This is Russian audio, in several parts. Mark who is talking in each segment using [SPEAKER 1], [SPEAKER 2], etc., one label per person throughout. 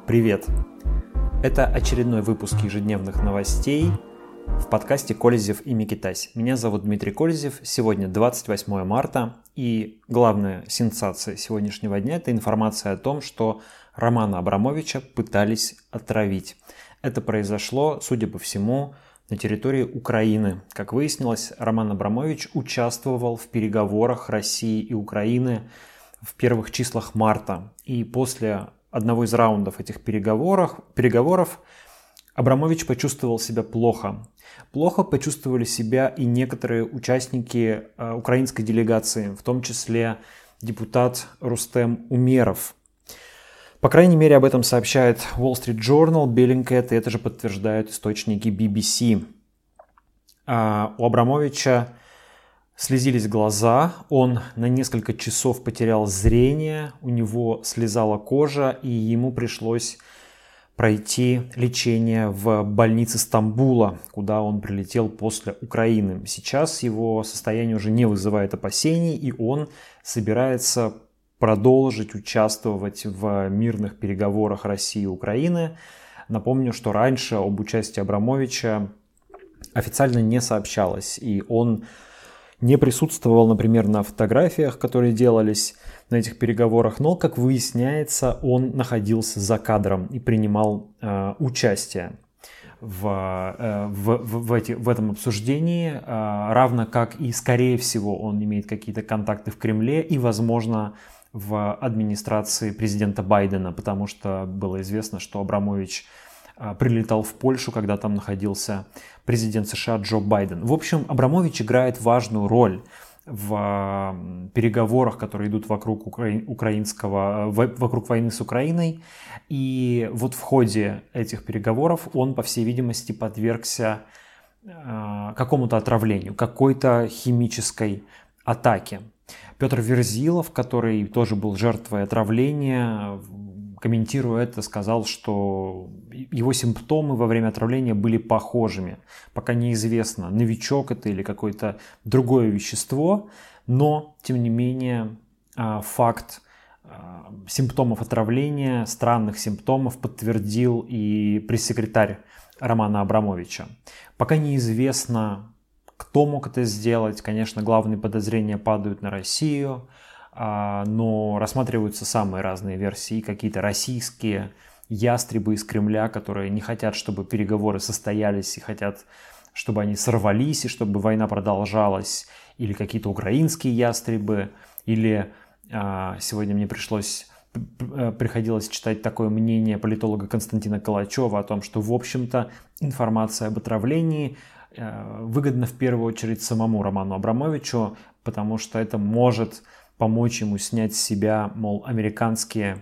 [SPEAKER 1] Привет! Это очередной выпуск ежедневных новостей в подкасте «Колезев и Микитась». Меня зовут Дмитрий Колезев, сегодня 28 марта, и главная сенсация сегодняшнего дня – это информация о том, что Романа Абрамовича пытались отравить. Это произошло, судя по всему, на территории Украины. Как выяснилось, Роман Абрамович участвовал в переговорах России и Украины в первых числах марта, и после одного из раундов этих переговоров Абрамович почувствовал себя плохо. Плохо почувствовали себя и некоторые участники украинской делегации, в том числе депутат Рустем Умеров. По крайней мере, об этом сообщает Wall Street Journal, Bellingcat, и это же подтверждают источники BBC. У Абрамовича слезились глаза, он на несколько часов потерял зрение, у него слезала кожа, и ему пришлось пройти лечение в больнице Стамбула, куда он прилетел после Украины. Сейчас его состояние уже не вызывает опасений, и он собирается продолжить участвовать в мирных переговорах России и Украины. Напомню, что раньше об участии Абрамовича официально не сообщалось, и он не присутствовал, например, на фотографиях, которые делались на этих переговорах, но, как выясняется, он находился за кадром и принимал участие в этом обсуждении, равно как и, скорее всего, он имеет какие-то контакты в Кремле и, возможно, в администрации президента Байдена, потому что было известно, что Абрамович прилетал в Польшу, когда там находился президент США Джо Байден. В общем, Абрамович играет важную роль в переговорах, которые идут вокруг вокруг войны с Украиной. И вот в ходе этих переговоров он, по всей видимости, подвергся какому-то отравлению, какой-то химической атаке. Петр Верзилов, который тоже был жертвой отравления, комментируя это, сказал, что его симптомы во время отравления были похожими. Пока неизвестно, новичок это или какое-то другое вещество, но, тем не менее, факт симптомов отравления, странных симптомов подтвердил и пресс-секретарь Романа Абрамовича. Пока неизвестно, кто мог это сделать. Конечно, главные подозрения падают на Россию, но рассматриваются самые разные версии. Какие-то российские ястребы из Кремля, которые не хотят, чтобы переговоры состоялись и хотят, чтобы они сорвались и чтобы война продолжалась. Или какие-то украинские ястребы. Или сегодня мне приходилось читать такое мнение политолога Константина Калачева о том, что, в общем-то, информация об отравлении выгодно в первую очередь самому Роману Абрамовичу, потому что это может помочь ему снять с себя, мол, американские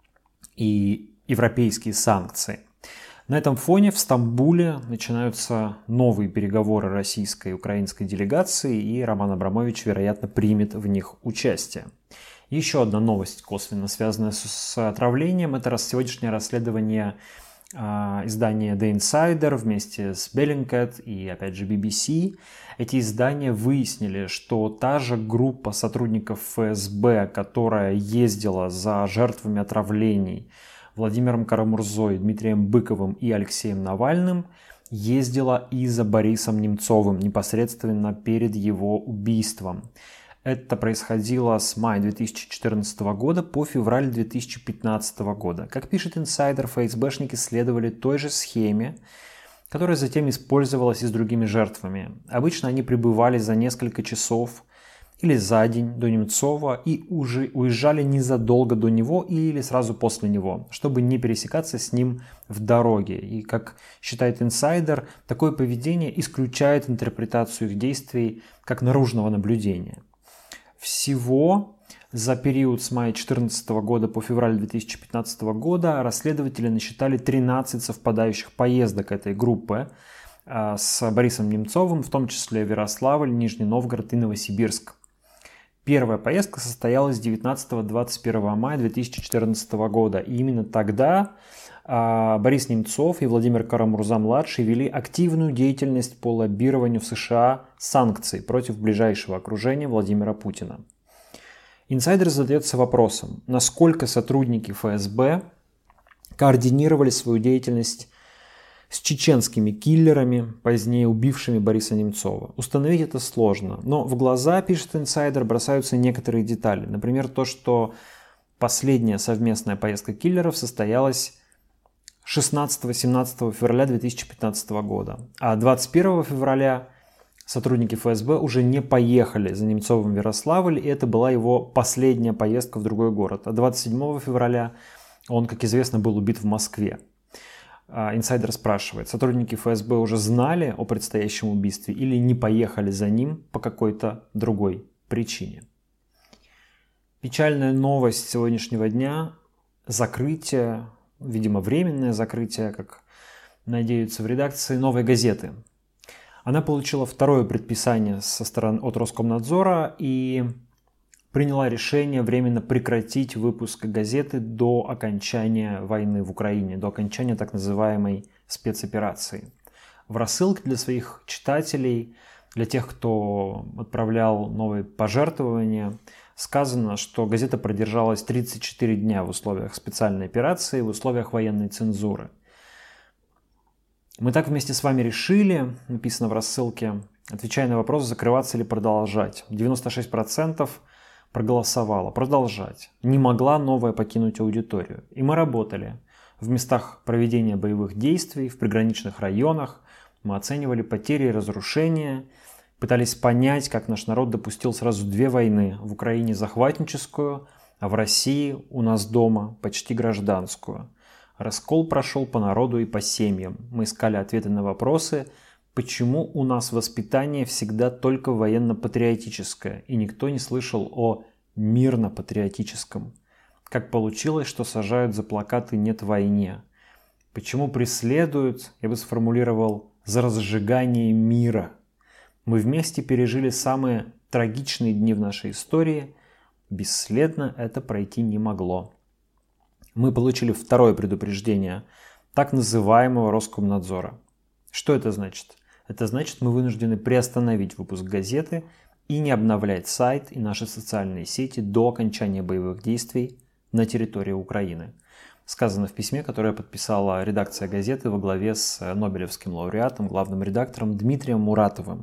[SPEAKER 1] и европейские санкции. На этом фоне в Стамбуле начинаются новые переговоры российской и украинской делегации, и Роман Абрамович, вероятно, примет в них участие. Еще одна новость, косвенно связанная с отравлением, это сегодняшнее расследование издание The Insider вместе с Bellingcat и, опять же, BBC. Эти издания выяснили, что та же группа сотрудников ФСБ, которая ездила за жертвами отравлений Владимиром Карамурзой, Дмитрием Быковым и Алексеем Навальным, ездила и за Борисом Немцовым непосредственно перед его убийством. Это происходило с мая 2014 года по февраль 2015 года. Как пишет инсайдер, ФСБшники следовали той же схеме, которая затем использовалась и с другими жертвами. Обычно они прибывали за несколько часов или за день до Немцова и уже уезжали незадолго до него или сразу после него, чтобы не пересекаться с ним в дороге. И, как считает инсайдер, такое поведение исключает интерпретацию их действий как наружного наблюдения. Всего за период с мая 2014 года по февраль 2015 года расследователи насчитали 13 совпадающих поездок этой группы с Борисом Немцовым, в том числе в Ярославль, Нижний Новгород и Новосибирск. Первая поездка состоялась 19-21 мая 2014 года. И именно тогда Борис Немцов и Владимир Карамурза-младший вели активную деятельность по лоббированию в США санкций против ближайшего окружения Владимира Путина. Инсайдер задается вопросом, насколько сотрудники ФСБ координировали свою деятельность с чеченскими киллерами, позднее убившими Бориса Немцова. Установить это сложно, но в глаза, пишет инсайдер, бросаются некоторые детали. Например, то, что последняя совместная поездка киллеров состоялась 16-17 февраля 2015 года, а 21 февраля сотрудники ФСБ уже не поехали за Немцовым в Ярославль, и это была его последняя поездка в другой город. А 27 февраля он, как известно, был убит в Москве. Инсайдер спрашивает, сотрудники ФСБ уже знали о предстоящем убийстве или не поехали за ним по какой-то другой причине? Печальная новость сегодняшнего дня – закрытие, видимо, временное закрытие, как надеются в редакции, «Новой газеты». Она получила второе предписание от Роскомнадзора и приняла решение временно прекратить выпуск газеты до окончания войны в Украине, до окончания так называемой спецоперации. В рассылке для своих читателей, для тех, кто отправлял новые пожертвования, сказано, что газета продержалась 34 дня в условиях специальной операции, в условиях военной цензуры. Мы так вместе с вами решили, написано в рассылке, отвечая на вопрос, закрываться или продолжать. 96% проголосовало продолжать. Не могла новая покинуть аудиторию. И мы работали в местах проведения боевых действий, в приграничных районах. Мы оценивали потери и разрушения, пытались понять, как наш народ допустил сразу две войны. В Украине захватническую, а в России у нас дома почти гражданскую. Раскол прошел по народу и по семьям. Мы искали ответы на вопросы, почему у нас воспитание всегда только военно-патриотическое, и никто не слышал о мирно-патриотическом. Как получилось, что сажают за плакаты «Нет войне»? Почему преследуют, я бы сформулировал, за разжигание мира? Мы вместе пережили самые трагичные дни в нашей истории. Бесследно это пройти не могло. Мы получили второе предупреждение так называемого Роскомнадзора. Что это значит? Это значит, мы вынуждены приостановить выпуск газеты и не обновлять сайт и наши социальные сети до окончания боевых действий на территории Украины. Сказано в письме, которое подписала редакция газеты во главе с нобелевским лауреатом, главным редактором Дмитрием Муратовым.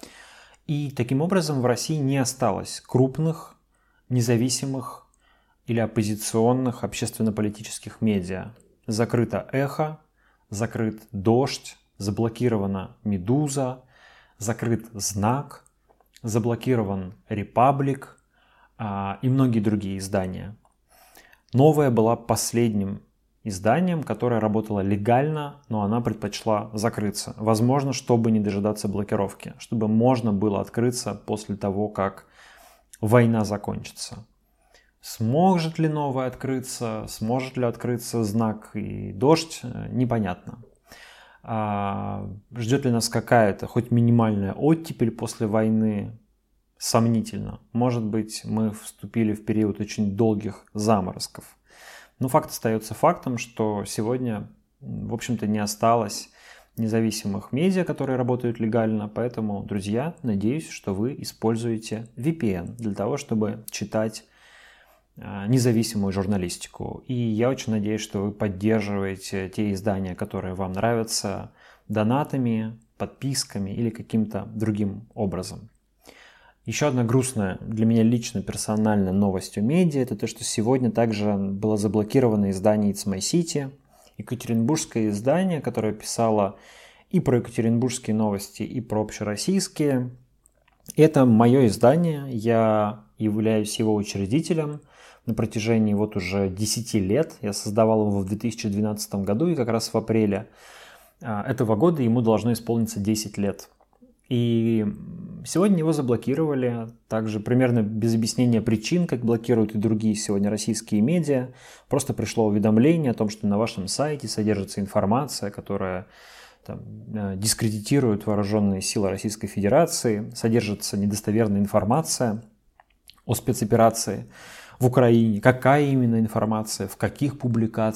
[SPEAKER 1] И таким образом в России не осталось крупных, независимых или оппозиционных общественно-политических медиа. Закрыто «Эхо», закрыт «Дождь», заблокирована «Медуза», закрыт «Знак», заблокирован «Репаблик» и многие другие издания. «Новая» была последним изданием, которое работало легально, но она предпочла закрыться. Возможно, чтобы не дожидаться блокировки, чтобы можно было открыться после того, как война закончится. Сможет ли «Новая» открыться, сможет ли открыться «Знак» и «Дождь», непонятно. Ждет ли нас какая-то, хоть минимальная оттепель после войны, сомнительно. Может быть, мы вступили в период очень долгих заморозков. Но факт остается фактом, что сегодня, в общем-то, не осталось независимых медиа, которые работают легально. Поэтому, друзья, надеюсь, что вы используете VPN для того, чтобы читать независимую журналистику. И я очень надеюсь, что вы поддерживаете те издания, которые вам нравятся, донатами, подписками или каким-то другим образом. Еще одна грустная для меня лично персональная новость о медиа – это то, что сегодня также было заблокировано издание It's My City, екатеринбургское издание, которое писало и про екатеринбургские новости, и про общероссийские. Это мое издание, я являюсь его учредителем на протяжении вот уже 10 лет. Я создавал его в 2012 году, и как раз в апреле этого года ему должно исполниться 10 лет. И сегодня его заблокировали, также примерно без объяснения причин, как блокируют и другие сегодня российские медиа. Просто пришло уведомление о том, что на вашем сайте содержится информация, которая дискредитирует вооруженные силы Российской Федерации, содержится недостоверная информация о спецоперации в Украине. Какая именно информация, в каких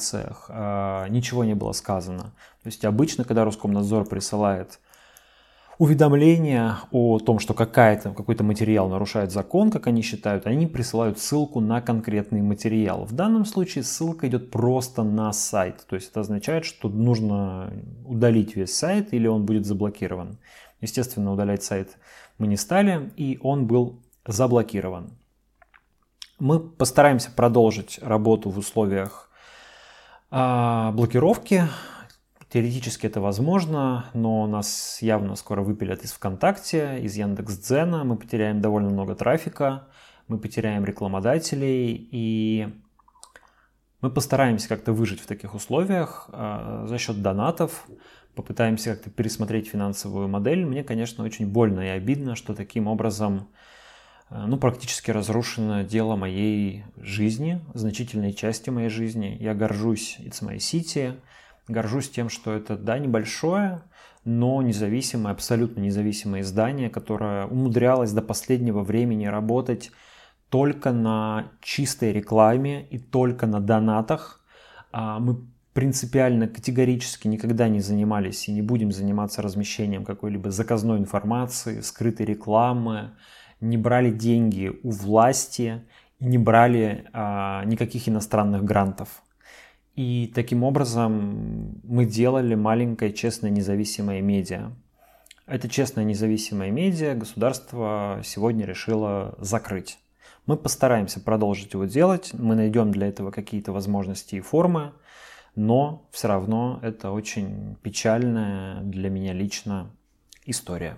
[SPEAKER 1] публикациях, ничего не было сказано. То есть обычно, когда Роскомнадзор присылает уведомления о том, что какой-то материал нарушает закон, как они считают, они присылают ссылку на конкретный материал. В данном случае ссылка идет просто на сайт. То есть это означает, что нужно удалить весь сайт или он будет заблокирован. Естественно, удалять сайт мы не стали, и он был заблокирован. Мы постараемся продолжить работу в условиях блокировки. Теоретически это возможно, но нас явно скоро выпилят из ВКонтакте, из Яндекс.Дзена, мы потеряем довольно много трафика, мы потеряем рекламодателей, и мы постараемся как-то выжить в таких условиях за счет донатов, попытаемся как-то пересмотреть финансовую модель. Мне, конечно, очень больно и обидно, что таким образом практически разрушено дело моей жизни, значительной части моей жизни. Я горжусь It's My City, горжусь тем, что это, да, небольшое, но независимое, абсолютно независимое издание, которое умудрялось до последнего времени работать только на чистой рекламе и только на донатах. Мы принципиально, категорически никогда не занимались и не будем заниматься размещением какой-либо заказной информации, скрытой рекламы, не брали деньги у власти и не брали никаких иностранных грантов. И таким образом мы делали маленькое честное независимое медиа. Это честное независимое медиа государство сегодня решило закрыть. Мы постараемся продолжить его делать, мы найдем для этого какие-то возможности и формы, но все равно это очень печальная для меня лично история.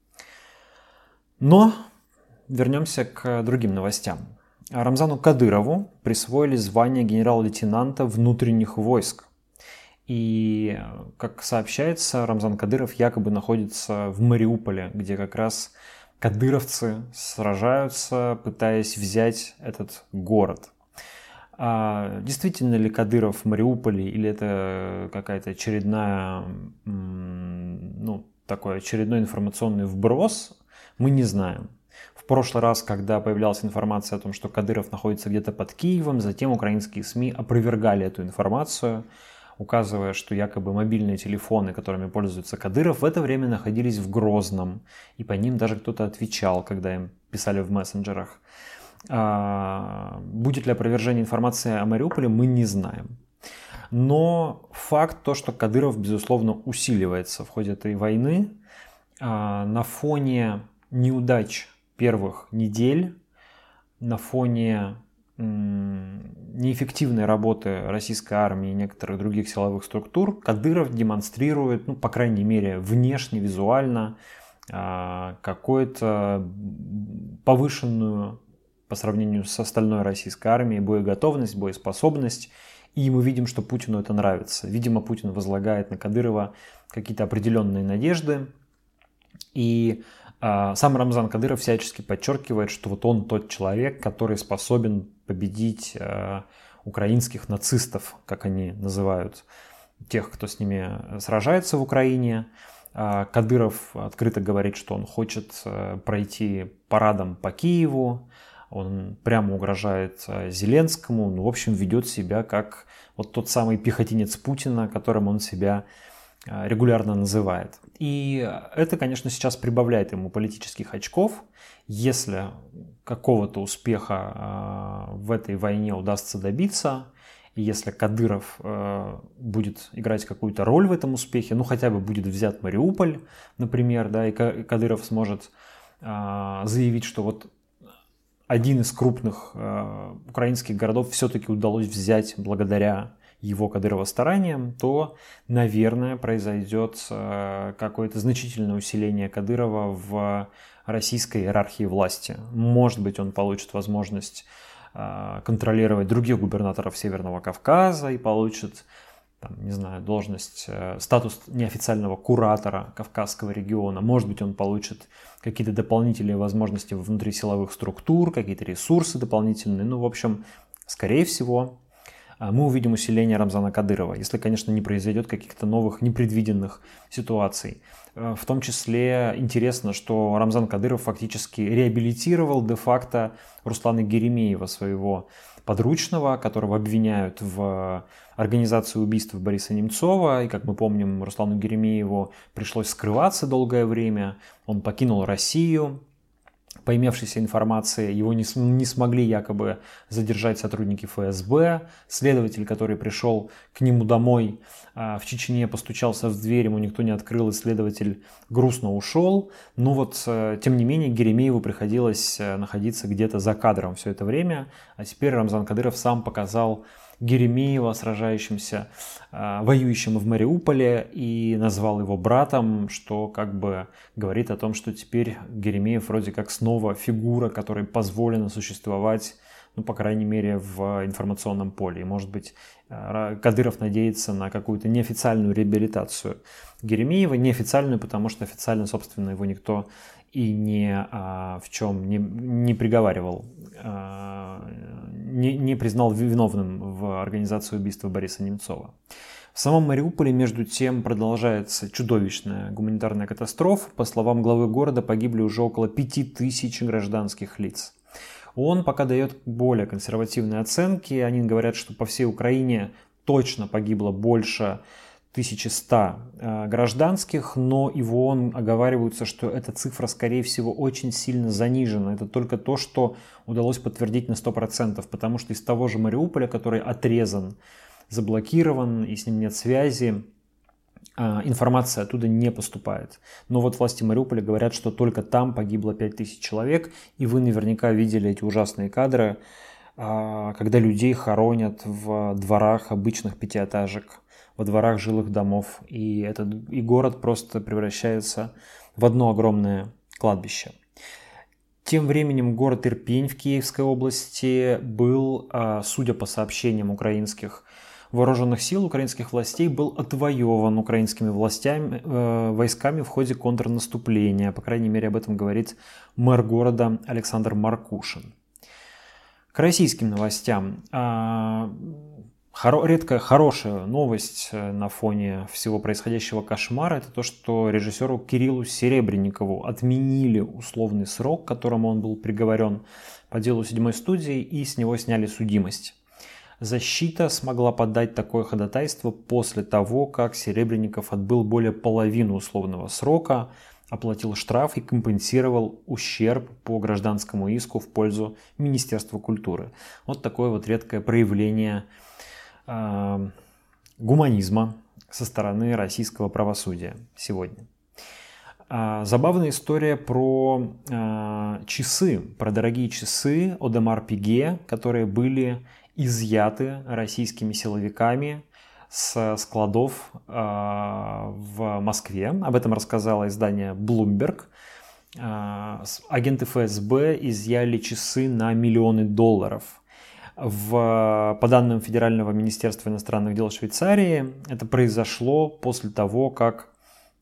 [SPEAKER 1] Но вернемся к другим новостям. Рамзану Кадырову присвоили звание генерал-лейтенанта внутренних войск. И, как сообщается, Рамзан Кадыров якобы находится в Мариуполе, где как раз кадыровцы сражаются, пытаясь взять этот город. Действительно ли Кадыров в Мариуполе, или это какая-то такой очередной информационный вброс, мы не знаем. В прошлый раз, когда появлялась информация о том, что Кадыров находится где-то под Киевом, затем украинские СМИ опровергали эту информацию, указывая, что якобы мобильные телефоны, которыми пользуется Кадыров, в это время находились в Грозном, и по ним даже кто-то отвечал, когда им писали в мессенджерах. Будет ли опровержение информации о Мариуполе, мы не знаем. Но факт то, что Кадыров, безусловно, усиливается в ходе этой войны, на фоне неудач первых недель, на фоне неэффективной работы российской армии и некоторых других силовых структур, Кадыров демонстрирует, по крайней мере, внешне, визуально, какую-то повышенную по сравнению с остальной российской армией боеготовность, боеспособность. И мы видим, что Путину это нравится. Видимо, Путин возлагает на Кадырова какие-то определенные надежды. И сам Рамзан Кадыров всячески подчеркивает, что вот он тот человек, который способен победить украинских нацистов, как они называют тех, кто с ними сражается в Украине. Кадыров открыто говорит, что он хочет пройти парадом по Киеву. Он прямо угрожает Зеленскому. В общем, ведет себя как вот тот самый пехотинец Путина, которым он себя регулярно называет. И это, конечно, сейчас прибавляет ему политических очков. Если какого-то успеха в этой войне удастся добиться, и если Кадыров будет играть какую-то роль в этом успехе, хотя бы будет взят Мариуполь, например, да, и Кадыров сможет заявить, что вот один из крупных украинских городов все-таки удалось взять благодаря его Кадырова стараниям, то, наверное, произойдет какое-то значительное усиление Кадырова в российской иерархии власти. Может быть, он получит возможность контролировать других губернаторов Северного Кавказа и получит, должность, статус неофициального куратора Кавказского региона. Может быть, он получит какие-то дополнительные возможности внутри силовых структур, какие-то ресурсы дополнительные. В общем, скорее всего, мы увидим усиление Рамзана Кадырова, если, конечно, не произойдет каких-то новых непредвиденных ситуаций. В том числе интересно, что Рамзан Кадыров фактически реабилитировал де-факто Руслана Геремеева, своего подручного, которого обвиняют в организации убийства Бориса Немцова. И, как мы помним, Руслану Геремееву пришлось скрываться долгое время. Он покинул Россию. По имевшейся информации, его не смогли якобы задержать сотрудники ФСБ. Следователь, который пришел к нему домой в Чечне, постучался в дверь, ему никто не открыл, и следователь грустно ушел. Но вот, тем не менее, Геремееву приходилось находиться где-то за кадром все это время. А теперь Рамзан Кадыров сам показал Геремеева, сражающимся, воюющим в Мариуполе, и назвал его братом, что как бы говорит о том, что теперь Геремеев вроде как снова фигура, которой позволено существовать, ну, по крайней мере, в информационном поле. И, может быть, Кадыров надеется на какую-то неофициальную реабилитацию Геремеева, неофициальную, потому что официально, собственно, его никто и в чем не приговаривал, не признал виновным в организации убийства Бориса Немцова. В самом Мариуполе, между тем, продолжается чудовищная гуманитарная катастрофа. По словам главы города, погибли уже около 5000 гражданских лиц. Он пока дает более консервативные оценки. Они говорят, что по всей Украине точно погибло больше 1100 гражданских, но и в ООН оговариваются, что эта цифра, скорее всего, очень сильно занижена. Это только то, что удалось подтвердить на 100%, потому что из того же Мариуполя, который отрезан, заблокирован и с ним нет связи, информация оттуда не поступает. Но вот власти Мариуполя говорят, что только там погибло 5000 человек, и вы наверняка видели эти ужасные кадры, когда людей хоронят в дворах обычных пятиэтажек, во дворах жилых домов, и город просто превращается в одно огромное кладбище. Тем временем город Ирпень в Киевской области был, судя по сообщениям украинских вооруженных сил, украинских властей, был отвоеван украинскими войсками в ходе контрнаступления. По крайней мере, об этом говорит мэр города Александр Маркушин. К российским новостям. Редкая хорошая новость на фоне всего происходящего кошмара — это то, что режиссеру Кириллу Серебренникову отменили условный срок, к которому он был приговорен по делу 7-й студии, и с него сняли судимость. Защита смогла подать такое ходатайство после того, как Серебренников отбыл более половины условного срока, оплатил штраф и компенсировал ущерб по гражданскому иску в пользу Министерства культуры. Вот такое вот редкое проявление гуманизма со стороны российского правосудия сегодня. Забавная история про часы, про дорогие часы Audemars Piguet, которые были изъяты российскими силовиками с складов в Москве. Об этом рассказало издание Bloomberg. Агенты ФСБ изъяли часы на миллионы долларов. По данным Федерального министерства иностранных дел Швейцарии, это произошло после того, как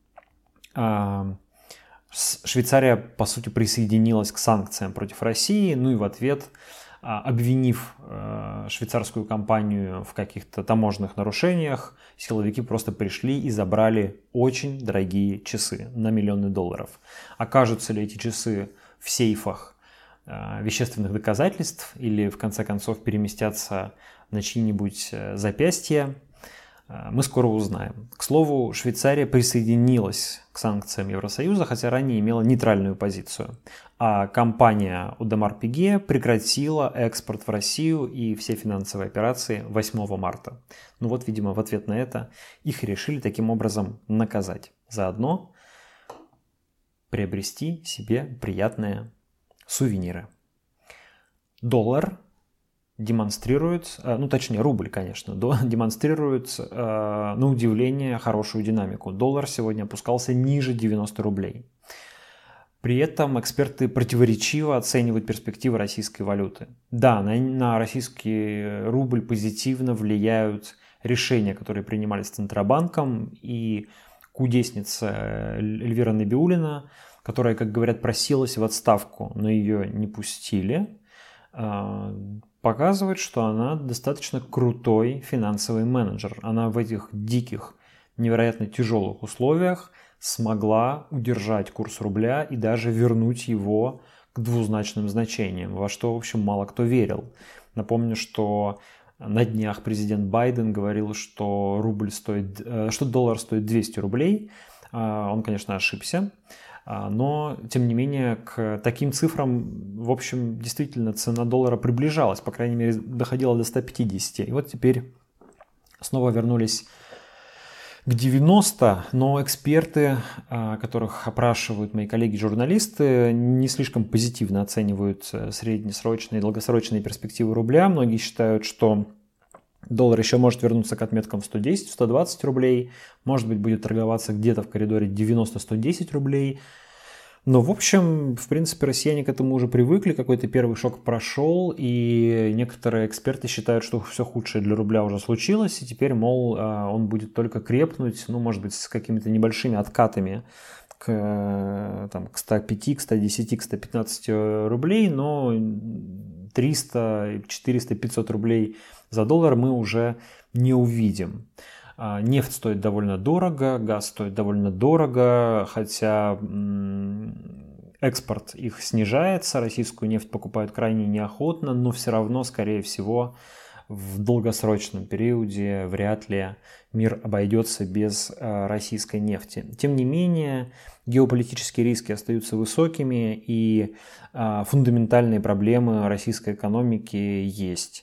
[SPEAKER 1] Швейцария, по сути, присоединилась к санкциям против России, ну и в ответ, обвинив швейцарскую компанию в каких-то таможенных нарушениях, силовики просто пришли и забрали очень дорогие часы на миллионы долларов. Окажутся ли эти часы в сейфах вещественных доказательств или в конце концов переместятся на чьи-нибудь запястья, мы скоро узнаем. К слову, Швейцария присоединилась к санкциям Евросоюза, хотя ранее имела нейтральную позицию. А компания Audemars Piguet прекратила экспорт в Россию и все финансовые операции 8 марта. Ну вот, видимо, в ответ на это их решили таким образом наказать. Заодно приобрести себе приятные сувениры. Доллар демонстрирует, рубль, конечно, демонстрирует, на удивление, хорошую динамику. Доллар сегодня опускался ниже 90 рублей. При этом эксперты противоречиво оценивают перспективы российской валюты. Да, на российский рубль позитивно влияют решения, которые принимались Центробанком, и кудесница Эльвира Набиуллина, которая, как говорят, просилась в отставку, но ее не пустили. показывает, что она достаточно крутой финансовый менеджер. Она в этих диких, невероятно тяжелых условиях смогла удержать курс рубля и даже вернуть его к двузначным значениям, во что, в общем, мало кто верил. Напомню, что на днях президент Байден говорил, что доллар стоит 200 рублей. Он, конечно, ошибся. Но, тем не менее, к таким цифрам, в общем, действительно цена доллара приближалась, по крайней мере, доходила до 150. И вот теперь снова вернулись к 90, но эксперты, которых опрашивают мои коллеги-журналисты, не слишком позитивно оценивают среднесрочные и долгосрочные перспективы рубля. Многие считают, что доллар еще может вернуться к отметкам 110-120 рублей, может быть, будет торговаться где-то в коридоре 90-110 рублей. Но, в общем, в принципе, россияне к этому уже привыкли, какой-то первый шок прошел, и некоторые эксперты считают, что все худшее для рубля уже случилось, и теперь, мол, он будет только крепнуть, ну, может быть, с какими-то небольшими откатами к 105, к 110, к 115 рублей, но 300, 400, 500 рублей за доллар мы уже не увидим. Нефть стоит довольно дорого, газ стоит довольно дорого, хотя экспорт их снижается, российскую нефть покупают крайне неохотно, но все равно, скорее всего, в долгосрочном периоде вряд ли мир обойдется без российской нефти. Тем не менее, геополитические риски остаются высокими, и фундаментальные проблемы российской экономики есть.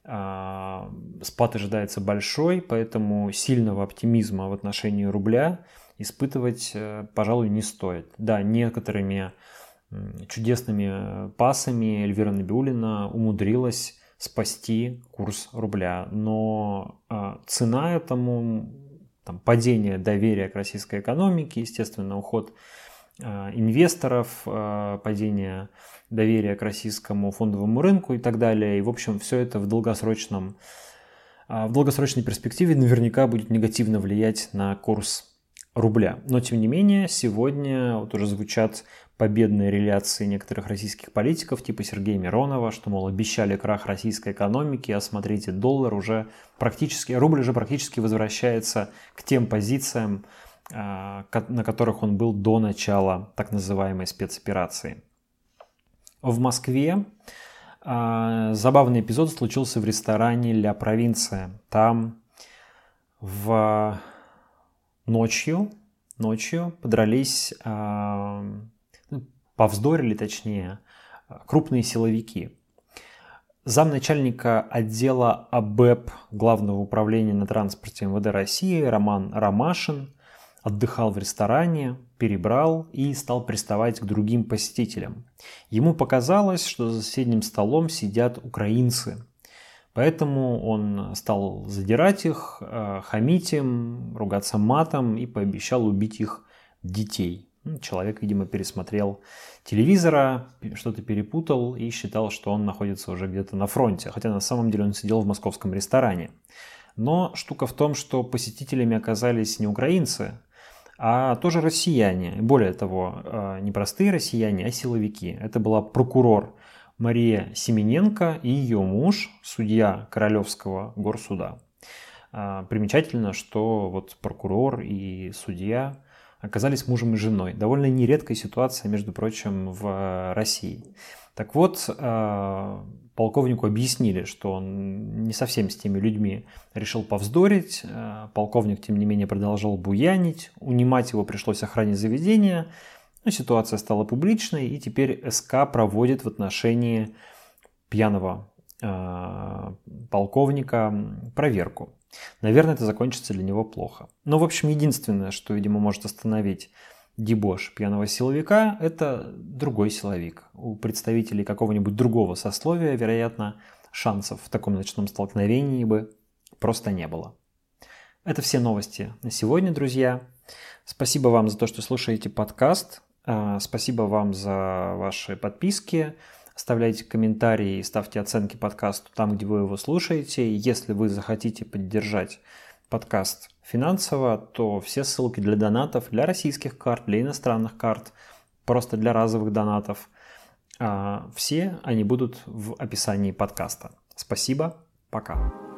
[SPEAKER 1] Спад ожидается большой, поэтому сильного оптимизма в отношении рубля испытывать, пожалуй, не стоит. Да, некоторыми чудесными пасами Эльвира Набиуллина умудрилась спасти курс рубля, но цена этому падение доверия к российской экономике, естественно, уход инвесторов, падение доверия к российскому фондовому рынку и так далее. И, в общем, все это в долгосрочной перспективе наверняка будет негативно влиять на курс рубля. Но, тем не менее, сегодня вот уже звучат победные реляции некоторых российских политиков, типа Сергея Миронова, что, мол, обещали крах российской экономики, а смотрите, рубль уже практически возвращается к тем позициям, на которых он был до начала так называемой спецоперации. В Москве забавный эпизод случился в ресторане «Ля Провинция». Там ночью подрались, повздорили, точнее, крупные силовики. Замначальника отдела АБЭП Главного управления на транспорте МВД России Роман Ромашин отдыхал в ресторане, перебрал и стал приставать к другим посетителям. Ему показалось, что за соседним столом сидят украинцы. Поэтому он стал задирать их, хамить им, ругаться матом и пообещал убить их детей. Человек, видимо, пересмотрел телевизора, что-то перепутал и считал, что он находится уже где-то на фронте. Хотя на самом деле он сидел в московском ресторане. Но штука в том, что посетителями оказались не украинцы, а тоже россияне. Более того, не простые россияне, а силовики. Это была прокурор Мария Семененко и ее муж, судья Королевского горсуда. Примечательно, что вот прокурор и судья оказались мужем и женой. Довольно нередкая ситуация, между прочим, в России. Так вот, полковнику объяснили, что он не совсем с теми людьми решил повздорить. Полковник, тем не менее, продолжал буянить. Унимать его пришлось охране заведения. Но ситуация стала публичной, и теперь СК проводит в отношении пьяного полковника проверку. Наверное, это закончится для него плохо. Но, в общем, единственное, что, видимо, может остановить дебош пьяного силовика, это другой силовик. У представителей какого-нибудь другого сословия, вероятно, шансов в таком ночном столкновении бы просто не было. Это все новости на сегодня, друзья. Спасибо вам за то, что слушаете подкаст. Спасибо вам за ваши подписки. Оставляйте комментарии и ставьте оценки подкасту там, где вы его слушаете. Если вы захотите поддержать подкаст финансово, то все ссылки для донатов, для российских карт, для иностранных карт, просто для разовых донатов, все они будут в описании подкаста. Спасибо, пока.